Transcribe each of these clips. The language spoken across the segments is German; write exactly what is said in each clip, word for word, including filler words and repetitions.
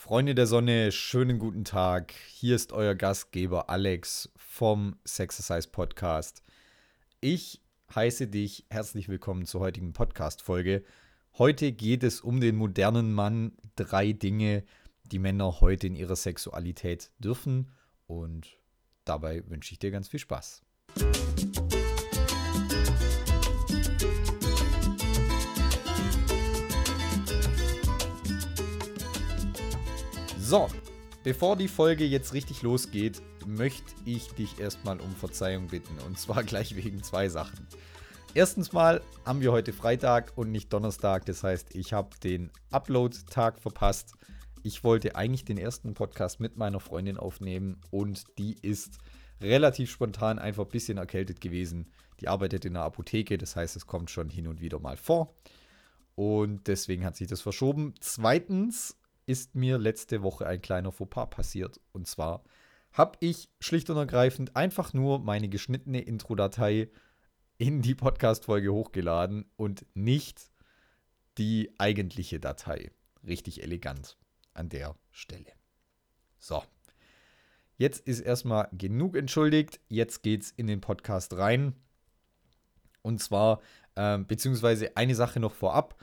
Freunde der Sonne, schönen guten Tag. Hier ist euer Gastgeber Alex vom Sexercise Podcast. Ich heiße dich herzlich willkommen zur heutigen Podcast-Folge. Heute geht es um den modernen Mann. Drei Dinge, die Männer heute in ihrer Sexualität dürfen. Und dabei wünsche ich dir ganz viel Spaß. So, bevor die Folge jetzt richtig losgeht, möchte ich dich erstmal um Verzeihung bitten. Und zwar gleich wegen zwei Sachen. Erstens mal haben wir heute Freitag und nicht Donnerstag. Das heißt, ich habe den Upload-Tag verpasst. Ich wollte eigentlich den ersten Podcast mit meiner Freundin aufnehmen und die ist relativ spontan einfach ein bisschen erkältet gewesen. Die arbeitet in der Apotheke, das heißt, es kommt schon hin und wieder mal vor. Und deswegen hat sich das verschoben. Zweitens ist mir letzte Woche ein kleiner Fauxpas passiert. Und zwar habe ich schlicht und ergreifend einfach nur meine geschnittene Intro-Datei in die Podcast-Folge hochgeladen und nicht die eigentliche Datei. Richtig elegant an der Stelle. So, jetzt ist erstmal genug entschuldigt. Jetzt geht's in den Podcast rein. Und zwar, äh, beziehungsweise eine Sache noch vorab.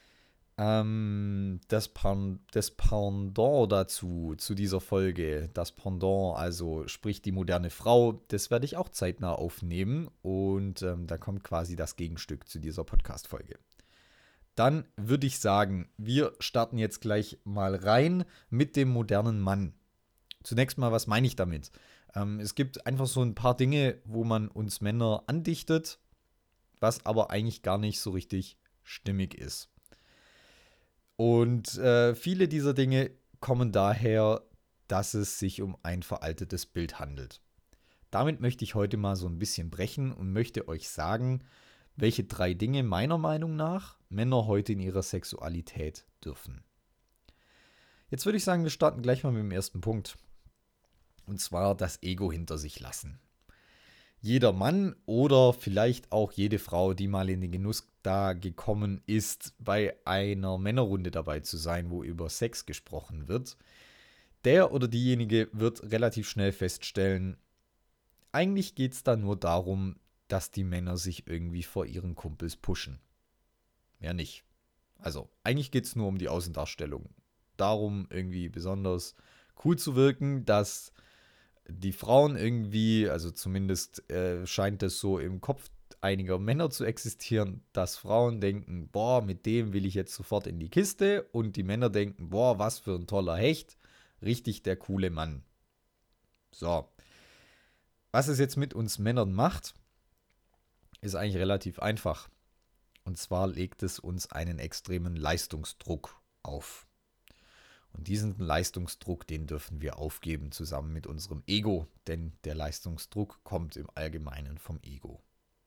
Ähm, das, Pen- das Pendant dazu, zu dieser Folge, das Pendant, also sprich die moderne Frau, das werde ich auch zeitnah aufnehmen und ähm, da kommt quasi das Gegenstück zu dieser Podcast-Folge. Dann würde ich sagen, wir starten jetzt gleich mal rein mit dem modernen Mann. Zunächst mal, was meine ich damit? Ähm, es gibt einfach so ein paar Dinge, wo man uns Männer andichtet, was aber eigentlich gar nicht so richtig stimmig ist. Und äh, viele dieser Dinge kommen daher, dass es sich um ein veraltetes Bild handelt. Damit möchte ich heute mal so ein bisschen brechen und möchte euch sagen, welche drei Dinge meiner Meinung nach Männer heute in ihrer Sexualität dürfen. Jetzt würde ich sagen, wir starten gleich mal mit dem ersten Punkt. Und zwar das Ego hinter sich lassen. Jeder Mann oder vielleicht auch jede Frau, die mal in den Genuss da gekommen ist, bei einer Männerrunde dabei zu sein, wo über Sex gesprochen wird, der oder diejenige wird relativ schnell feststellen, eigentlich geht es da nur darum, dass die Männer sich irgendwie vor ihren Kumpels pushen. Mehr nicht. Also eigentlich geht es nur um die Außendarstellung. Darum irgendwie besonders cool zu wirken, dass die Frauen irgendwie, also zumindest äh, scheint es so im Kopf einiger Männer zu existieren, dass Frauen denken, boah, mit dem will ich jetzt sofort in die Kiste und die Männer denken, boah, was für ein toller Hecht, richtig der coole Mann. So, was es jetzt mit uns Männern macht, ist eigentlich relativ einfach. Und zwar legt es uns einen extremen Leistungsdruck auf. Und diesen Leistungsdruck, den dürfen wir aufgeben zusammen mit unserem Ego, denn der Leistungsdruck kommt im Allgemeinen vom Ego.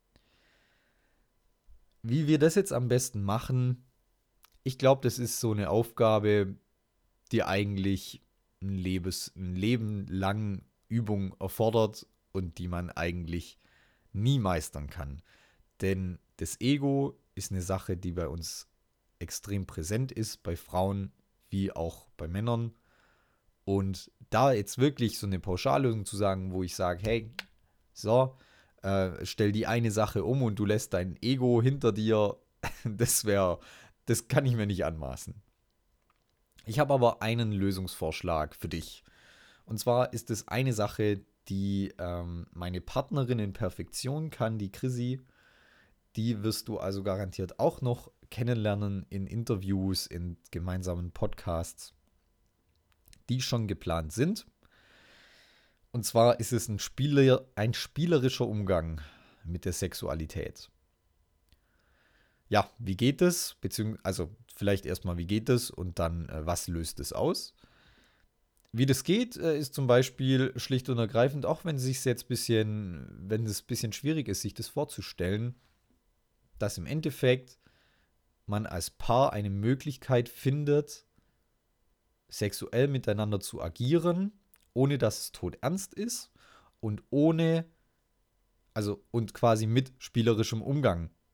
Wie wir das jetzt am besten machen, ich glaube, das ist so eine Aufgabe, die eigentlich ein, Lebens, ein Leben lang Übung erfordert und die man eigentlich nie meistern kann. Denn das Ego ist eine Sache, die bei uns extrem präsent ist, bei Frauen wie auch bei Männern. Und da jetzt wirklich so eine Pauschallösung zu sagen, wo ich sage, hey, so, äh, stell die eine Sache um und du lässt dein Ego hinter dir, das wäre, das kann ich mir nicht anmaßen. Ich habe aber einen Lösungsvorschlag für dich. Und zwar ist es eine Sache, die ähm, meine Partnerin in Perfektion kann, die Chrissy. Die wirst du also garantiert auch noch kennenlernen in Interviews, in gemeinsamen Podcasts, die schon geplant sind. Und zwar ist es ein, Spieler, ein spielerischer Umgang mit der Sexualität. Ja, wie geht es? Beziehungsweise, also vielleicht erstmal, wie geht es und dann, äh, was löst es aus? Wie das geht, äh, ist zum Beispiel schlicht und ergreifend, auch wenn es sich jetzt bisschen, wenn es ein bisschen schwierig ist, sich das vorzustellen, dass im Endeffekt man als Paar eine Möglichkeit findet, sexuell miteinander zu agieren, ohne dass es todernst ist und ohne, also und quasi mit spielerischem Umgang.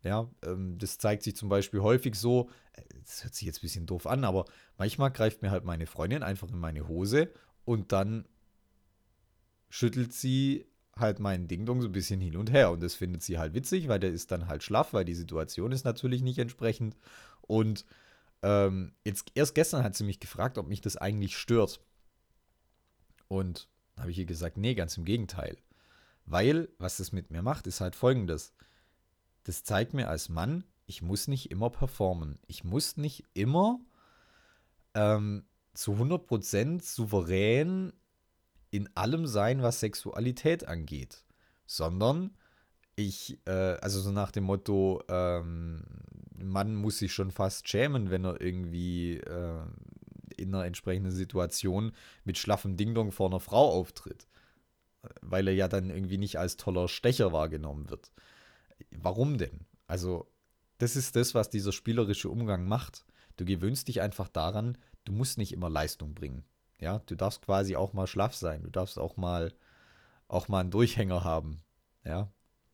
Ja, ähm, das zeigt sich zum Beispiel häufig so, äh, das hört sich jetzt ein bisschen doof an, aber manchmal greift mir halt meine Freundin einfach in meine Hose und dann schüttelt sie halt meinen Ding-Dong so ein bisschen hin und her. Und das findet sie halt witzig, weil der ist dann halt schlaff, weil die Situation ist natürlich nicht entsprechend. Und ähm, jetzt erst gestern hat sie mich gefragt, ob mich das eigentlich stört. Und habe ich ihr gesagt, nee, ganz im Gegenteil. Weil, was das mit mir macht, ist halt folgendes. Das zeigt mir als Mann, ich muss nicht immer performen. Ich muss nicht immer ähm, zu hundert Prozent souverän in allem sein, was Sexualität angeht. Sondern ich, äh, also so nach dem Motto, ähm, Mann muss sich schon fast schämen, wenn er irgendwie äh, in einer entsprechenden Situation mit schlaffem Ding-Dong vor einer Frau auftritt. Weil er ja dann irgendwie nicht als toller Stecher wahrgenommen wird. Warum denn? Also, das ist das, was dieser spielerische Umgang macht. Du gewöhnst dich einfach daran, du musst nicht immer Leistung bringen. Ja, du darfst quasi auch mal schlaff sein. Du darfst auch mal, auch mal einen Durchhänger haben. Ja.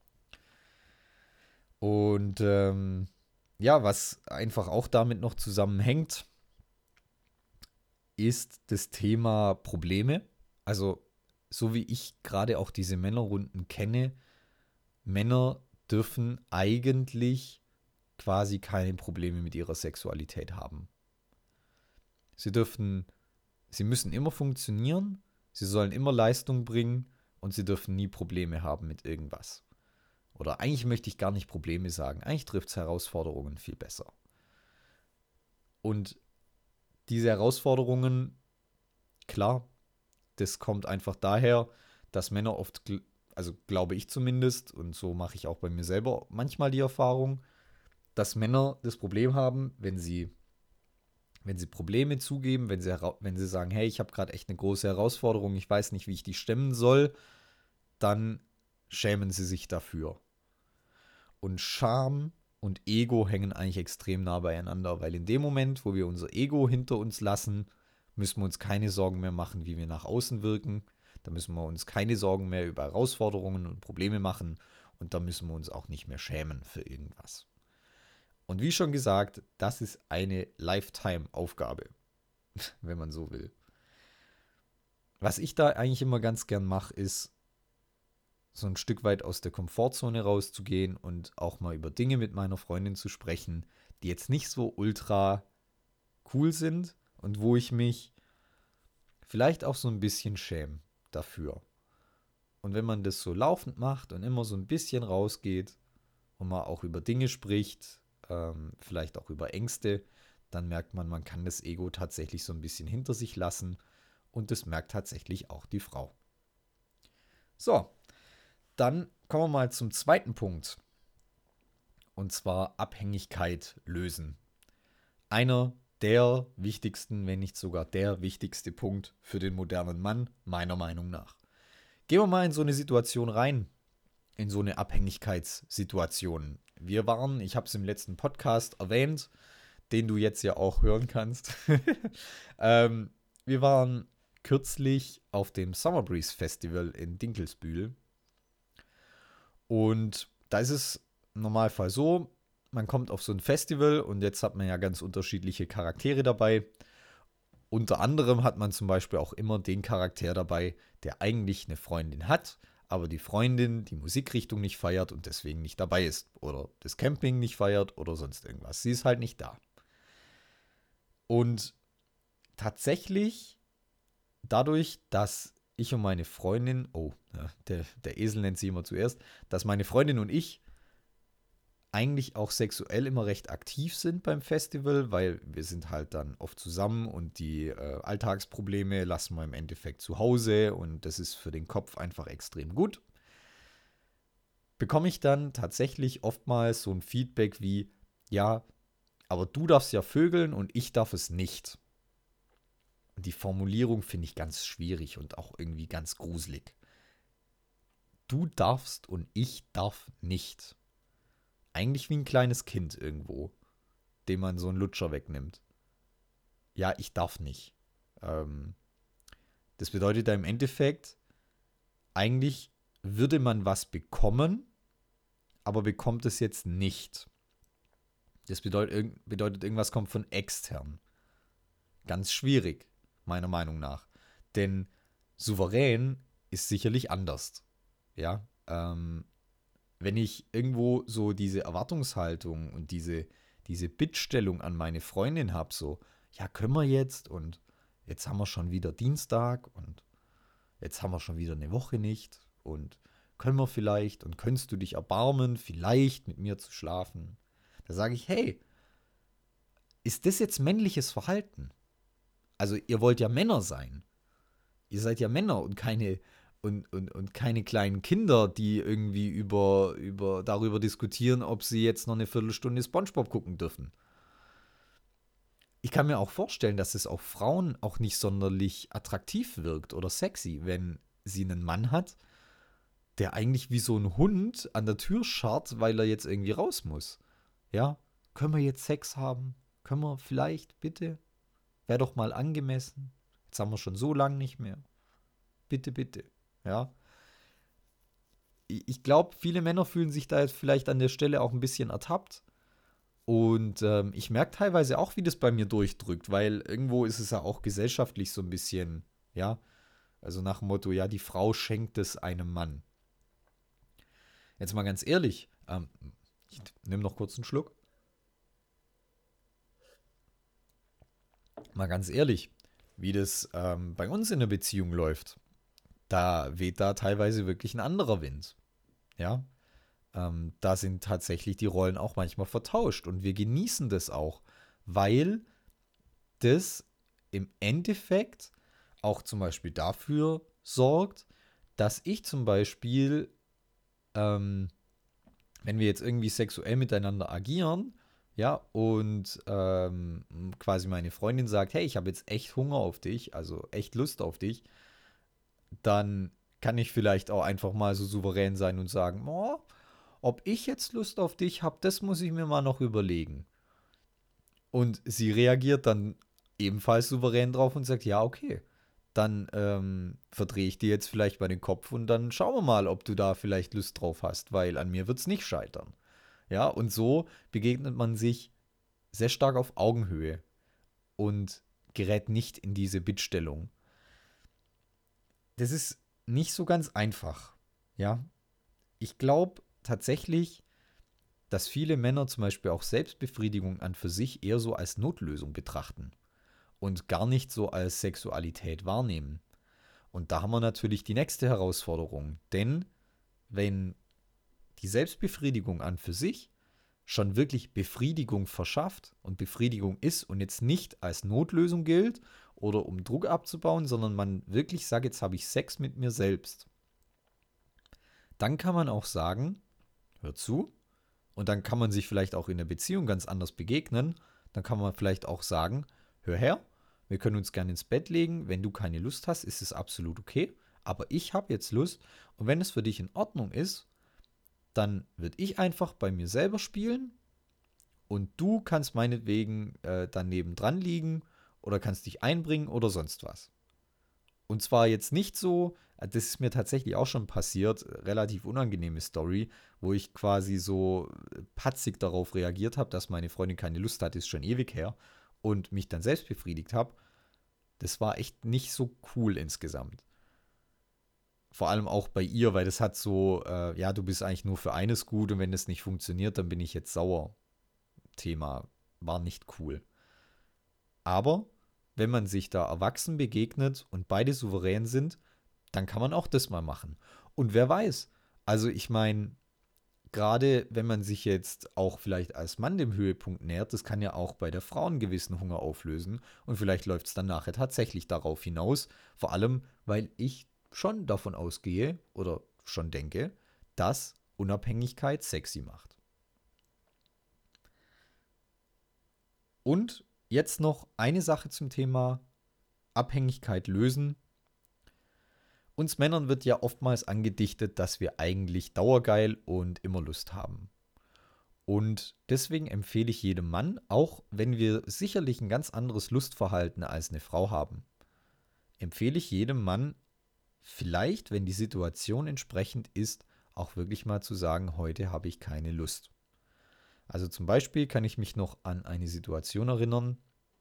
Und ähm, ja, was einfach auch damit noch zusammenhängt, ist das Thema Probleme. Also, so wie ich gerade auch diese Männerrunden kenne, Männer dürfen eigentlich quasi keine Probleme mit ihrer Sexualität haben. Sie dürfen, sie müssen immer funktionieren, sie sollen immer Leistung bringen und sie dürfen nie Probleme haben mit irgendwas. Oder eigentlich möchte ich gar nicht Probleme sagen, eigentlich trifft es Herausforderungen viel besser. Und diese Herausforderungen, klar, das kommt einfach daher, dass Männer oft, also glaube ich zumindest, und so mache ich auch bei mir selber manchmal die Erfahrung, dass Männer das Problem haben, wenn sie, wenn sie Probleme zugeben, wenn sie, wenn sie sagen, hey, ich habe gerade echt eine große Herausforderung, ich weiß nicht, wie ich die stemmen soll, dann schämen sie sich dafür. Und Scham und Ego hängen eigentlich extrem nah beieinander, weil in dem Moment, wo wir unser Ego hinter uns lassen, müssen wir uns keine Sorgen mehr machen, wie wir nach außen wirken. Da müssen wir uns keine Sorgen mehr über Herausforderungen und Probleme machen und da müssen wir uns auch nicht mehr schämen für irgendwas. Und wie schon gesagt, das ist eine Lifetime-Aufgabe, wenn man so will. Was ich da eigentlich immer ganz gern mache, ist, so ein Stück weit aus der Komfortzone rauszugehen und auch mal über Dinge mit meiner Freundin zu sprechen, die jetzt nicht so ultra cool sind und wo ich mich vielleicht auch so ein bisschen schäme dafür. Und wenn man das so laufend macht und immer so ein bisschen rausgeht und mal auch über Dinge spricht, ähm, vielleicht auch über Ängste, dann merkt man, man kann das Ego tatsächlich so ein bisschen hinter sich lassen und das merkt tatsächlich auch die Frau. So, dann kommen wir mal zum zweiten Punkt. Und zwar Abhängigkeit lösen. Einer der wichtigsten, wenn nicht sogar der wichtigste Punkt für den modernen Mann, meiner Meinung nach. Gehen wir mal in so eine Situation rein, in so eine Abhängigkeitssituation. Wir waren, ich habe es im letzten Podcast erwähnt, den du jetzt ja auch hören kannst. ähm, wir waren kürzlich auf dem Summer Breeze Festival in Dinkelsbühl. Und da ist es im Normalfall so, man kommt auf so ein Festival und jetzt hat man ja ganz unterschiedliche Charaktere dabei. Unter anderem hat man zum Beispiel auch immer den Charakter dabei, der eigentlich eine Freundin hat, aber die Freundin die Musikrichtung nicht feiert und deswegen nicht dabei ist. Oder das Camping nicht feiert oder sonst irgendwas. Sie ist halt nicht da. Und tatsächlich, dadurch, dass ich und meine Freundin, oh, der, der Esel nennt sie immer zuerst, dass meine Freundin und ich eigentlich auch sexuell immer recht aktiv sind beim Festival, weil wir sind halt dann oft zusammen und die äh, Alltagsprobleme lassen wir im Endeffekt zu Hause und das ist für den Kopf einfach extrem gut. Bekomme ich dann tatsächlich oftmals so ein Feedback wie, ja, aber du darfst ja vögeln und ich darf es nicht. Und die Formulierung finde ich ganz schwierig und auch irgendwie ganz gruselig. Du darfst und ich darf nicht. Eigentlich wie ein kleines Kind irgendwo, dem man so einen Lutscher wegnimmt. Ja, ich darf nicht. Ähm, das bedeutet da im Endeffekt, eigentlich würde man was bekommen, aber bekommt es jetzt nicht. Das bedeutet, bedeutet, irgendwas kommt von extern. Ganz schwierig, meiner Meinung nach. Denn souverän ist sicherlich anders. Ja, ähm, wenn ich irgendwo so diese Erwartungshaltung und diese, diese Bittstellung an meine Freundin habe, so, ja, können wir jetzt und jetzt haben wir schon wieder Dienstag und jetzt haben wir schon wieder eine Woche nicht und können wir vielleicht und könntest du dich erbarmen, vielleicht mit mir zu schlafen? Da sage ich, hey, ist das jetzt männliches Verhalten? Also ihr wollt ja Männer sein. Ihr seid ja Männer und keine und, und, und keine kleinen Kinder, die irgendwie über, über, darüber diskutieren, ob sie jetzt noch eine Viertelstunde SpongeBob gucken dürfen. Ich kann mir auch vorstellen, dass es auf Frauen auch nicht sonderlich attraktiv wirkt oder sexy, wenn sie einen Mann hat, der eigentlich wie so ein Hund an der Tür scharrt, weil er jetzt irgendwie raus muss. Ja, können wir jetzt Sex haben? Können wir vielleicht, bitte? Wäre doch mal angemessen. Jetzt haben wir schon so lange nicht mehr. Bitte, bitte. Ja. Ich glaube, viele Männer fühlen sich da jetzt vielleicht an der Stelle auch ein bisschen ertappt. Und ähm, ich merke teilweise auch, wie das bei mir durchdrückt, weil irgendwo ist es ja auch gesellschaftlich so ein bisschen, ja, also nach dem Motto, ja, die Frau schenkt es einem Mann. Jetzt mal ganz ehrlich, ähm, ich nehme noch kurz einen Schluck. Mal ganz ehrlich, wie das ähm, bei uns in der Beziehung läuft, da weht da teilweise wirklich ein anderer Wind. Ja, ähm, da sind tatsächlich die Rollen auch manchmal vertauscht und wir genießen das auch, weil das im Endeffekt auch zum Beispiel dafür sorgt, dass ich zum Beispiel, ähm, wenn wir jetzt irgendwie sexuell miteinander agieren, ja, und ähm, quasi meine Freundin sagt, hey, ich habe jetzt echt Hunger auf dich, also echt Lust auf dich, dann kann ich vielleicht auch einfach mal so souverän sein und sagen, oh, ob ich jetzt Lust auf dich habe, das muss ich mir mal noch überlegen. Und sie reagiert dann ebenfalls souverän drauf und sagt, ja, okay, dann ähm, verdrehe ich dir jetzt vielleicht mal den Kopf und dann schauen wir mal, ob du da vielleicht Lust drauf hast, weil an mir wird es nicht scheitern. Ja, und so begegnet man sich sehr stark auf Augenhöhe und gerät nicht in diese Bittstellung. Das ist nicht so ganz einfach. Ja, ich glaube tatsächlich, dass viele Männer zum Beispiel auch Selbstbefriedigung an für sich eher so als Notlösung betrachten und gar nicht so als Sexualität wahrnehmen. Und da haben wir natürlich die nächste Herausforderung. Denn wenn die Selbstbefriedigung an für sich schon wirklich Befriedigung verschafft und Befriedigung ist und jetzt nicht als Notlösung gilt oder um Druck abzubauen, sondern man wirklich sagt, jetzt habe ich Sex mit mir selbst, dann kann man auch sagen, hör zu, und dann kann man sich vielleicht auch in der Beziehung ganz anders begegnen, dann kann man vielleicht auch sagen, hör her, wir können uns gerne ins Bett legen, wenn du keine Lust hast, ist es absolut okay, aber ich habe jetzt Lust und wenn es für dich in Ordnung ist, dann würde ich einfach bei mir selber spielen und du kannst meinetwegen äh, daneben dran liegen oder kannst dich einbringen oder sonst was. Und zwar jetzt nicht so, das ist mir tatsächlich auch schon passiert, relativ unangenehme Story, wo ich quasi so patzig darauf reagiert habe, dass meine Freundin keine Lust hat, ist schon ewig her, und mich dann selbst befriedigt habe. Das war echt nicht so cool insgesamt. Vor allem auch bei ihr, weil das hat so, äh, ja, du bist eigentlich nur für eines gut und wenn das nicht funktioniert, dann bin ich jetzt sauer. Thema war nicht cool. Aber wenn man sich da erwachsen begegnet und beide souverän sind, dann kann man auch das mal machen. Und wer weiß, also ich meine, gerade wenn man sich jetzt auch vielleicht als Mann dem Höhepunkt nähert, das kann ja auch bei der Frau einen gewissen Hunger auflösen und vielleicht läuft es dann nachher tatsächlich darauf hinaus, vor allem, weil ich schon davon ausgehe oder schon denke, dass Unabhängigkeit sexy macht. Und jetzt noch eine Sache zum Thema Abhängigkeit lösen. Uns Männern wird ja oftmals angedichtet, dass wir eigentlich dauergeil und immer Lust haben. Und deswegen empfehle ich jedem Mann, auch wenn wir sicherlich ein ganz anderes Lustverhalten als eine Frau haben, empfehle ich jedem Mann, vielleicht, wenn die Situation entsprechend ist, auch wirklich mal zu sagen, heute habe ich keine Lust. Also zum Beispiel kann ich mich noch an eine Situation erinnern.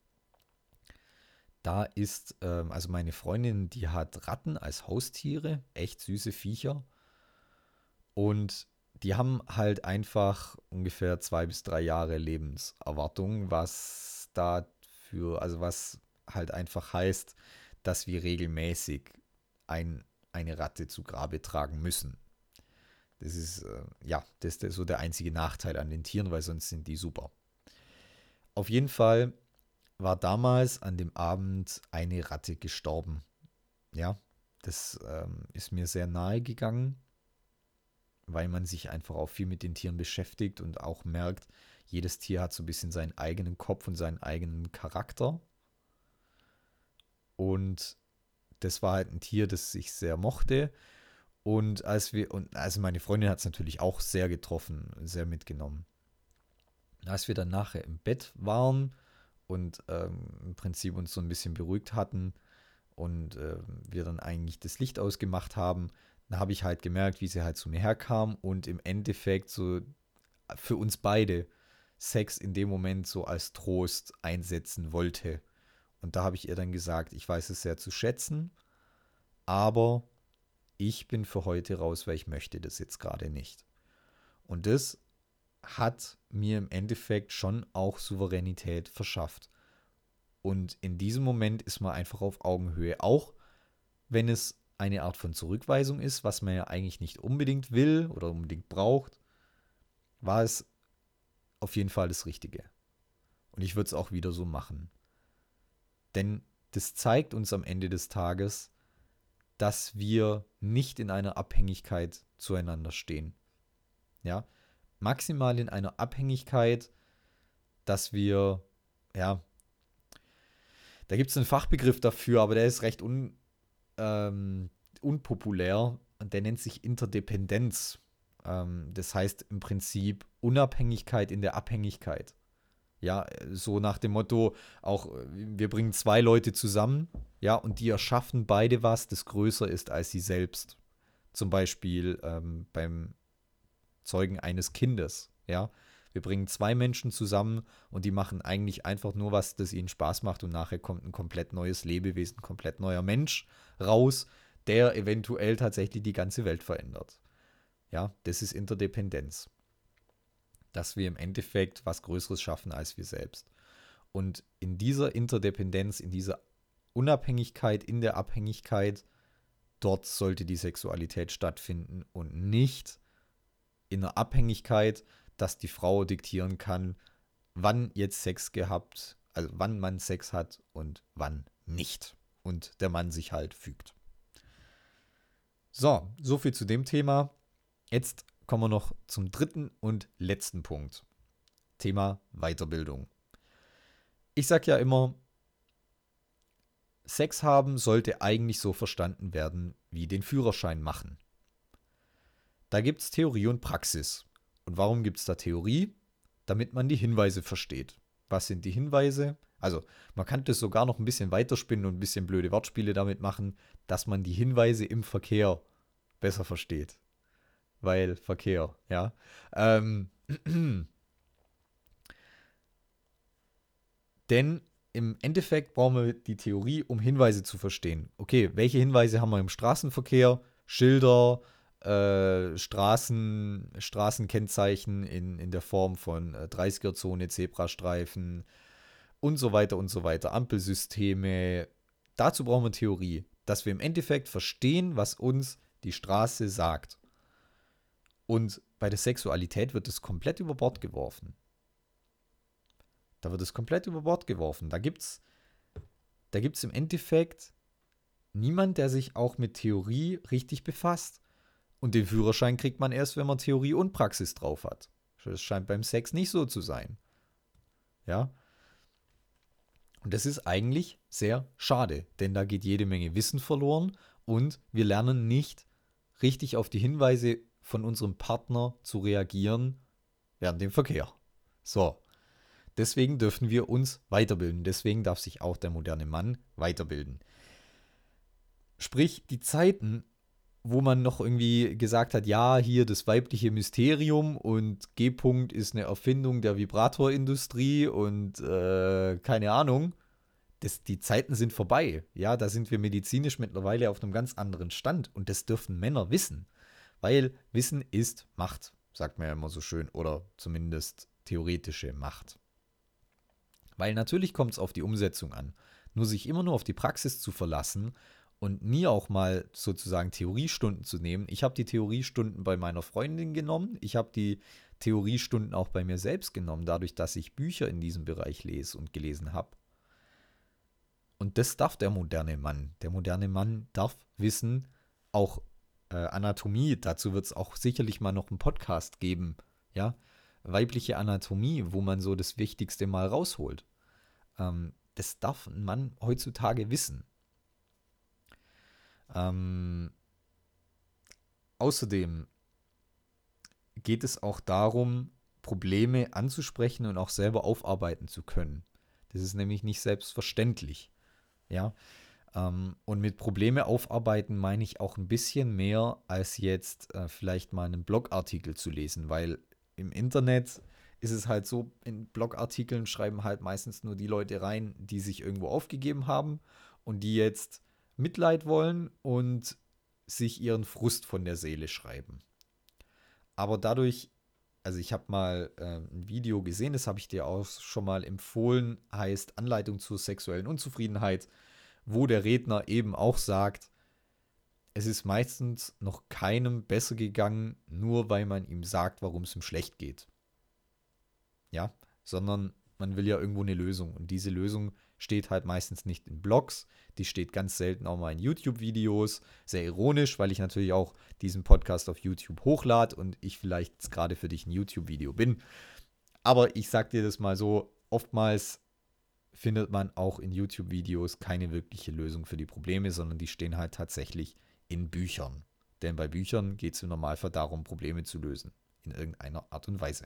Da ist, ähm, also meine Freundin, die hat Ratten als Haustiere, echt süße Viecher. Und die haben halt einfach ungefähr zwei bis drei Jahre Lebenserwartung, was dafür, also was halt einfach heißt, dass wir regelmäßig ein, eine Ratte zu Grabe tragen müssen. Das ist, äh, ja, das ist so der einzige Nachteil an den Tieren, weil sonst sind die super. Auf jeden Fall war damals an dem Abend eine Ratte gestorben. Ja, das ähm, ist mir sehr nahe gegangen, weil man sich einfach auch viel mit den Tieren beschäftigt und auch merkt, jedes Tier hat so ein bisschen seinen eigenen Kopf und seinen eigenen Charakter. Und das war halt ein Tier, das ich sehr mochte. Und als wir, und also meine Freundin hat es natürlich auch sehr getroffen, sehr mitgenommen. Als wir dann nachher im Bett waren und ähm, im Prinzip uns so ein bisschen beruhigt hatten und äh, wir dann eigentlich das Licht ausgemacht haben, da habe ich halt gemerkt, wie sie halt zu mir herkam und im Endeffekt so für uns beide Sex in dem Moment so als Trost einsetzen wollte. Und da habe ich ihr dann gesagt, ich weiß es sehr zu schätzen, aber ich bin für heute raus, weil ich möchte das jetzt gerade nicht. Und das hat mir im Endeffekt schon auch Souveränität verschafft. Und in diesem Moment ist man einfach auf Augenhöhe, auch wenn es eine Art von Zurückweisung ist, was man ja eigentlich nicht unbedingt will oder unbedingt braucht, war es auf jeden Fall das Richtige. Und ich würde es auch wieder so machen. Denn das zeigt uns am Ende des Tages, dass wir nicht in einer Abhängigkeit zueinander stehen. Ja, maximal in einer Abhängigkeit, dass wir, ja, da gibt es einen Fachbegriff dafür, aber der ist recht un, ähm, unpopulär und der nennt sich Interdependenz. Ähm, das heißt im Prinzip Unabhängigkeit in der Abhängigkeit. Ja, so nach dem Motto, auch wir bringen zwei Leute zusammen, ja, und die erschaffen beide was, das größer ist als sie selbst. Zum Beispiel ähm, beim Zeugen eines Kindes, ja. Wir bringen zwei Menschen zusammen und die machen eigentlich einfach nur was, das ihnen Spaß macht und nachher kommt ein komplett neues Lebewesen, ein komplett neuer Mensch raus, der eventuell tatsächlich die ganze Welt verändert. Ja, das ist Interdependenz. Dass wir im Endeffekt was Größeres schaffen als wir selbst. Und in dieser Interdependenz, in dieser Unabhängigkeit, in der Abhängigkeit, dort sollte die Sexualität stattfinden und nicht in einer Abhängigkeit, dass die Frau diktieren kann, wann jetzt Sex gehabt, also wann man Sex hat und wann nicht. Und der Mann sich halt fügt. So, so viel zu dem Thema. Jetzt kommen wir noch zum dritten und letzten Punkt. Thema Weiterbildung. Ich sage ja immer, Sex haben sollte eigentlich so verstanden werden wie den Führerschein machen. Da gibt es Theorie und Praxis. Und warum gibt es da Theorie? Damit man die Hinweise versteht. Was sind die Hinweise? Also man kann das sogar noch ein bisschen weiterspinnen und ein bisschen blöde Wortspiele damit machen, dass man die Hinweise im Verkehr besser versteht. Weil Verkehr, ja. Ähm, denn im Endeffekt brauchen wir die Theorie, um Hinweise zu verstehen. Okay, welche Hinweise haben wir im Straßenverkehr? Schilder, äh, Straßen, Straßenkennzeichen in, in der Form von äh, dreißiger-Zone, Zebrastreifen und so weiter und so weiter. Ampelsysteme. Dazu brauchen wir Theorie, dass wir im Endeffekt verstehen, was uns die Straße sagt. Und bei der Sexualität wird es komplett über Bord geworfen. Da wird es komplett über Bord geworfen. Da gibt es da gibt's im Endeffekt niemand, der sich auch mit Theorie richtig befasst. Und den Führerschein kriegt man erst, wenn man Theorie und Praxis drauf hat. Das scheint beim Sex nicht so zu sein. Ja. Und das ist eigentlich sehr schade, denn da geht jede Menge Wissen verloren und wir lernen nicht richtig auf die Hinweise von unserem Partner zu reagieren während dem Verkehr. So, deswegen dürfen wir uns weiterbilden. Deswegen darf sich auch der moderne Mann weiterbilden. Sprich, die Zeiten, wo man noch irgendwie gesagt hat, ja, hier das weibliche Mysterium und G-Punkt ist eine Erfindung der Vibratorindustrie und äh, keine Ahnung. Das, die Zeiten sind vorbei. Ja, da sind wir medizinisch mittlerweile auf einem ganz anderen Stand und das dürfen Männer wissen. Weil Wissen ist Macht, sagt man ja immer so schön, oder zumindest theoretische Macht. Weil natürlich kommt es auf die Umsetzung an. Nur sich immer nur auf die Praxis zu verlassen und nie auch mal sozusagen Theoriestunden zu nehmen. Ich habe die Theoriestunden bei meiner Freundin genommen. Ich habe die Theoriestunden auch bei mir selbst genommen, dadurch, dass ich Bücher in diesem Bereich lese und gelesen habe. Und das darf der moderne Mann. Der moderne Mann darf wissen, auch äh, Anatomie, dazu wird es auch sicherlich mal noch einen Podcast geben, ja, weibliche Anatomie, wo man so das Wichtigste mal rausholt. Ähm, das darf ein Mann heutzutage wissen. Ähm, außerdem geht es auch darum, Probleme anzusprechen und auch selber aufarbeiten zu können. Das ist nämlich nicht selbstverständlich. Ja, ähm, und mit Probleme aufarbeiten meine ich auch ein bisschen mehr, als jetzt äh, vielleicht mal einen Blogartikel zu lesen, weil im Internet ist es halt so, in Blogartikeln schreiben halt meistens nur die Leute rein, die sich irgendwo aufgegeben haben und die jetzt Mitleid wollen und sich ihren Frust von der Seele schreiben. Aber dadurch, also ich habe mal äh, ein Video gesehen, das habe ich dir auch schon mal empfohlen, heißt Anleitung zur sexuellen Unzufriedenheit, wo der Redner eben auch sagt, es ist meistens noch keinem besser gegangen, nur weil man ihm sagt, warum es ihm schlecht geht. Ja, sondern man will ja irgendwo eine Lösung. Und diese Lösung steht halt meistens nicht in Blogs, die steht ganz selten auch mal in YouTube-Videos. Sehr ironisch, weil ich natürlich auch diesen Podcast auf YouTube hochlade und ich vielleicht gerade für dich ein YouTube-Video bin. Aber ich sag dir das mal so, oftmals findet man auch in YouTube-Videos keine wirkliche Lösung für die Probleme, sondern die stehen halt tatsächlich in Büchern. Denn bei Büchern geht es im Normalfall darum, Probleme zu lösen. In irgendeiner Art und Weise.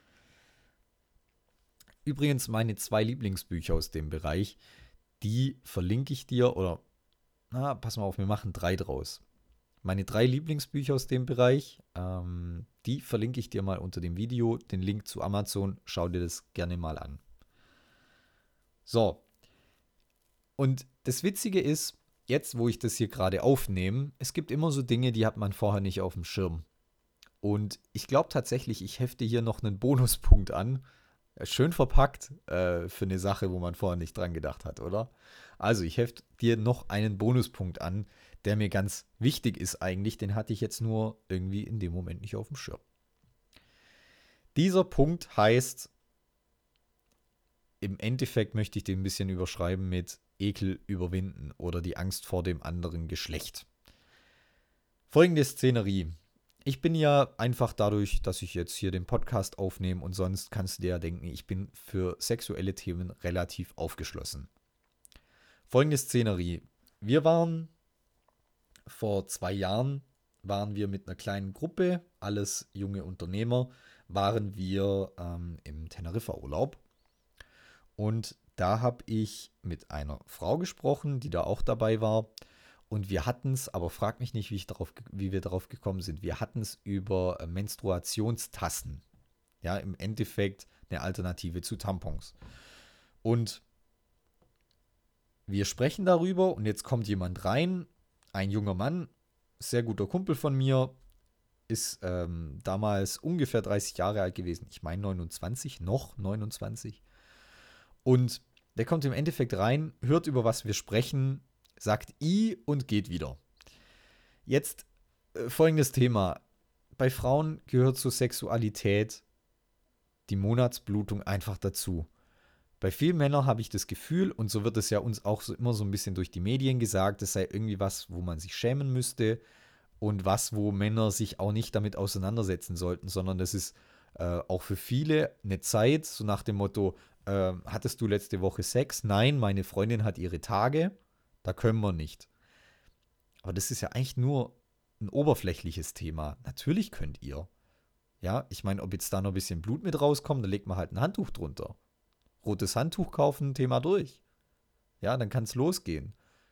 Übrigens meine zwei Lieblingsbücher aus dem Bereich, die verlinke ich dir oder, na, pass mal auf, wir machen drei draus. Meine drei Lieblingsbücher aus dem Bereich, ähm, die verlinke ich dir mal unter dem Video. Den Link zu Amazon, schau dir das gerne mal an. So, und das Witzige ist, jetzt wo ich das hier gerade aufnehme, es gibt immer so Dinge, die hat man vorher nicht auf dem Schirm. Und ich glaube tatsächlich, ich hefte hier noch einen Bonuspunkt an. Schön verpackt äh, für eine Sache, wo man vorher nicht dran gedacht hat, oder? Also ich hefte dir noch einen Bonuspunkt an, der mir ganz wichtig ist eigentlich. Den hatte ich jetzt nur irgendwie in dem Moment nicht auf dem Schirm. Dieser Punkt heißt, im Endeffekt möchte ich den ein bisschen überschreiben mit Ekel überwinden oder die Angst vor dem anderen Geschlecht. Folgende Szenerie. Ich bin ja einfach dadurch, dass ich jetzt hier den Podcast aufnehme und sonst kannst du dir ja denken, ich bin für sexuelle Themen relativ aufgeschlossen. Folgende Szenerie. Wir waren vor zwei Jahren, waren wir mit einer kleinen Gruppe, alles junge Unternehmer, waren wir ähm, im Teneriffa-Urlaub. Und da habe ich mit einer Frau gesprochen, die da auch dabei war. Und wir hatten es, aber frag mich nicht, wie, ich darauf, wie wir darauf gekommen sind. Wir hatten es über Menstruationstassen. Ja, im Endeffekt eine Alternative zu Tampons. Und wir sprechen darüber und jetzt kommt jemand rein, ein junger Mann, sehr guter Kumpel von mir, ist ähm, damals ungefähr dreißig Jahre alt gewesen. Ich meine neunundzwanzig, noch neunundzwanzig. Und der kommt im Endeffekt rein, hört über was wir sprechen, sagt I und geht wieder. Jetzt äh, folgendes Thema. Bei Frauen gehört zur Sexualität die Monatsblutung einfach dazu. Bei vielen Männern habe ich das Gefühl, und so wird es ja uns auch so immer so ein bisschen durch die Medien gesagt, es sei irgendwie was, wo man sich schämen müsste und was, wo Männer sich auch nicht damit auseinandersetzen sollten, sondern das ist äh, auch für viele eine Zeit, so nach dem Motto, äh, hattest du letzte Woche Sex? Nein, meine Freundin hat ihre Tage. Da können wir nicht. Aber das ist ja eigentlich nur ein oberflächliches Thema. Natürlich könnt ihr. Ja, ich meine, ob jetzt da noch ein bisschen Blut mit rauskommt, dann legt man halt ein Handtuch drunter. Rotes Handtuch kaufen, Thema durch. Ja, dann kann es losgehen.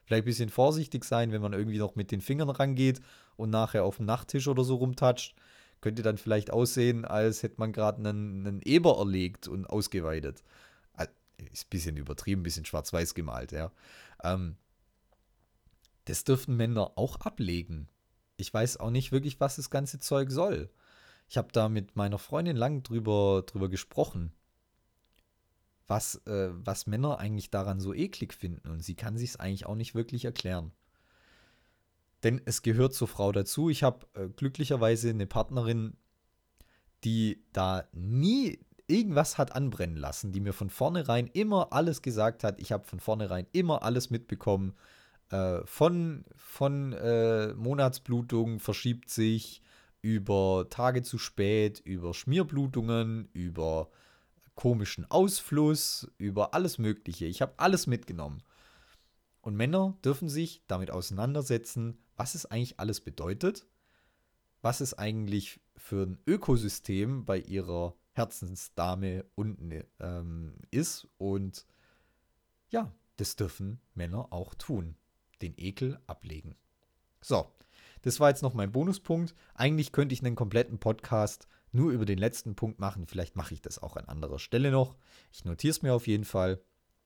Vielleicht ein bisschen vorsichtig sein, wenn man irgendwie noch mit den Fingern rangeht und nachher auf dem Nachttisch oder so rumtatscht. Könnte dann vielleicht aussehen, als hätte man gerade einen, einen Eber erlegt und ausgeweidet. Ist ein bisschen übertrieben, ein bisschen schwarz-weiß gemalt, ja. Ähm, das dürfen Männer auch ablegen. Ich weiß auch nicht wirklich, was das ganze Zeug soll. Ich habe da mit meiner Freundin lang drüber, drüber gesprochen, was, äh, was Männer eigentlich daran so eklig finden. Und sie kann sich es eigentlich auch nicht wirklich erklären. Denn es gehört zur Frau dazu. Ich habe äh, glücklicherweise eine Partnerin, die da nie irgendwas hat anbrennen lassen, die mir von vornherein immer alles gesagt hat. Ich habe von vornherein immer alles mitbekommen. Äh, von von äh, Monatsblutung verschiebt sich über Tage zu spät, über Schmierblutungen, über komischen Ausfluss, über alles Mögliche. Ich habe alles mitgenommen. Und Männer dürfen sich damit auseinandersetzen, was es eigentlich alles bedeutet, was es eigentlich für ein Ökosystem bei ihrer Herzensdame unten ähm, ist. Und ja, das dürfen Männer auch tun. Den Ekel ablegen. So, das war jetzt noch mein Bonuspunkt. Eigentlich könnte ich einen kompletten Podcast nur über den letzten Punkt machen. Vielleicht mache ich das auch an anderer Stelle noch. Ich notiere es mir auf jeden Fall.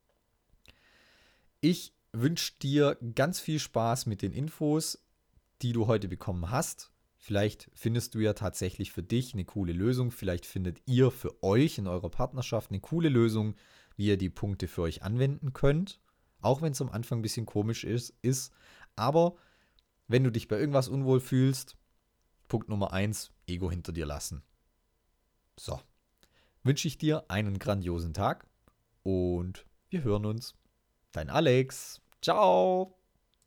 Ich wünsche dir ganz viel Spaß mit den Infos, die du heute bekommen hast. Vielleicht findest du ja tatsächlich für dich eine coole Lösung. Vielleicht findet ihr für euch in eurer Partnerschaft eine coole Lösung, wie ihr die Punkte für euch anwenden könnt. Auch wenn es am Anfang ein bisschen komisch ist, ist. Aber wenn du dich bei irgendwas unwohl fühlst, Punkt Nummer eins, Ego hinter dir lassen. So, wünsche ich dir einen grandiosen Tag und wir hören uns. Dein Alex. Ciao.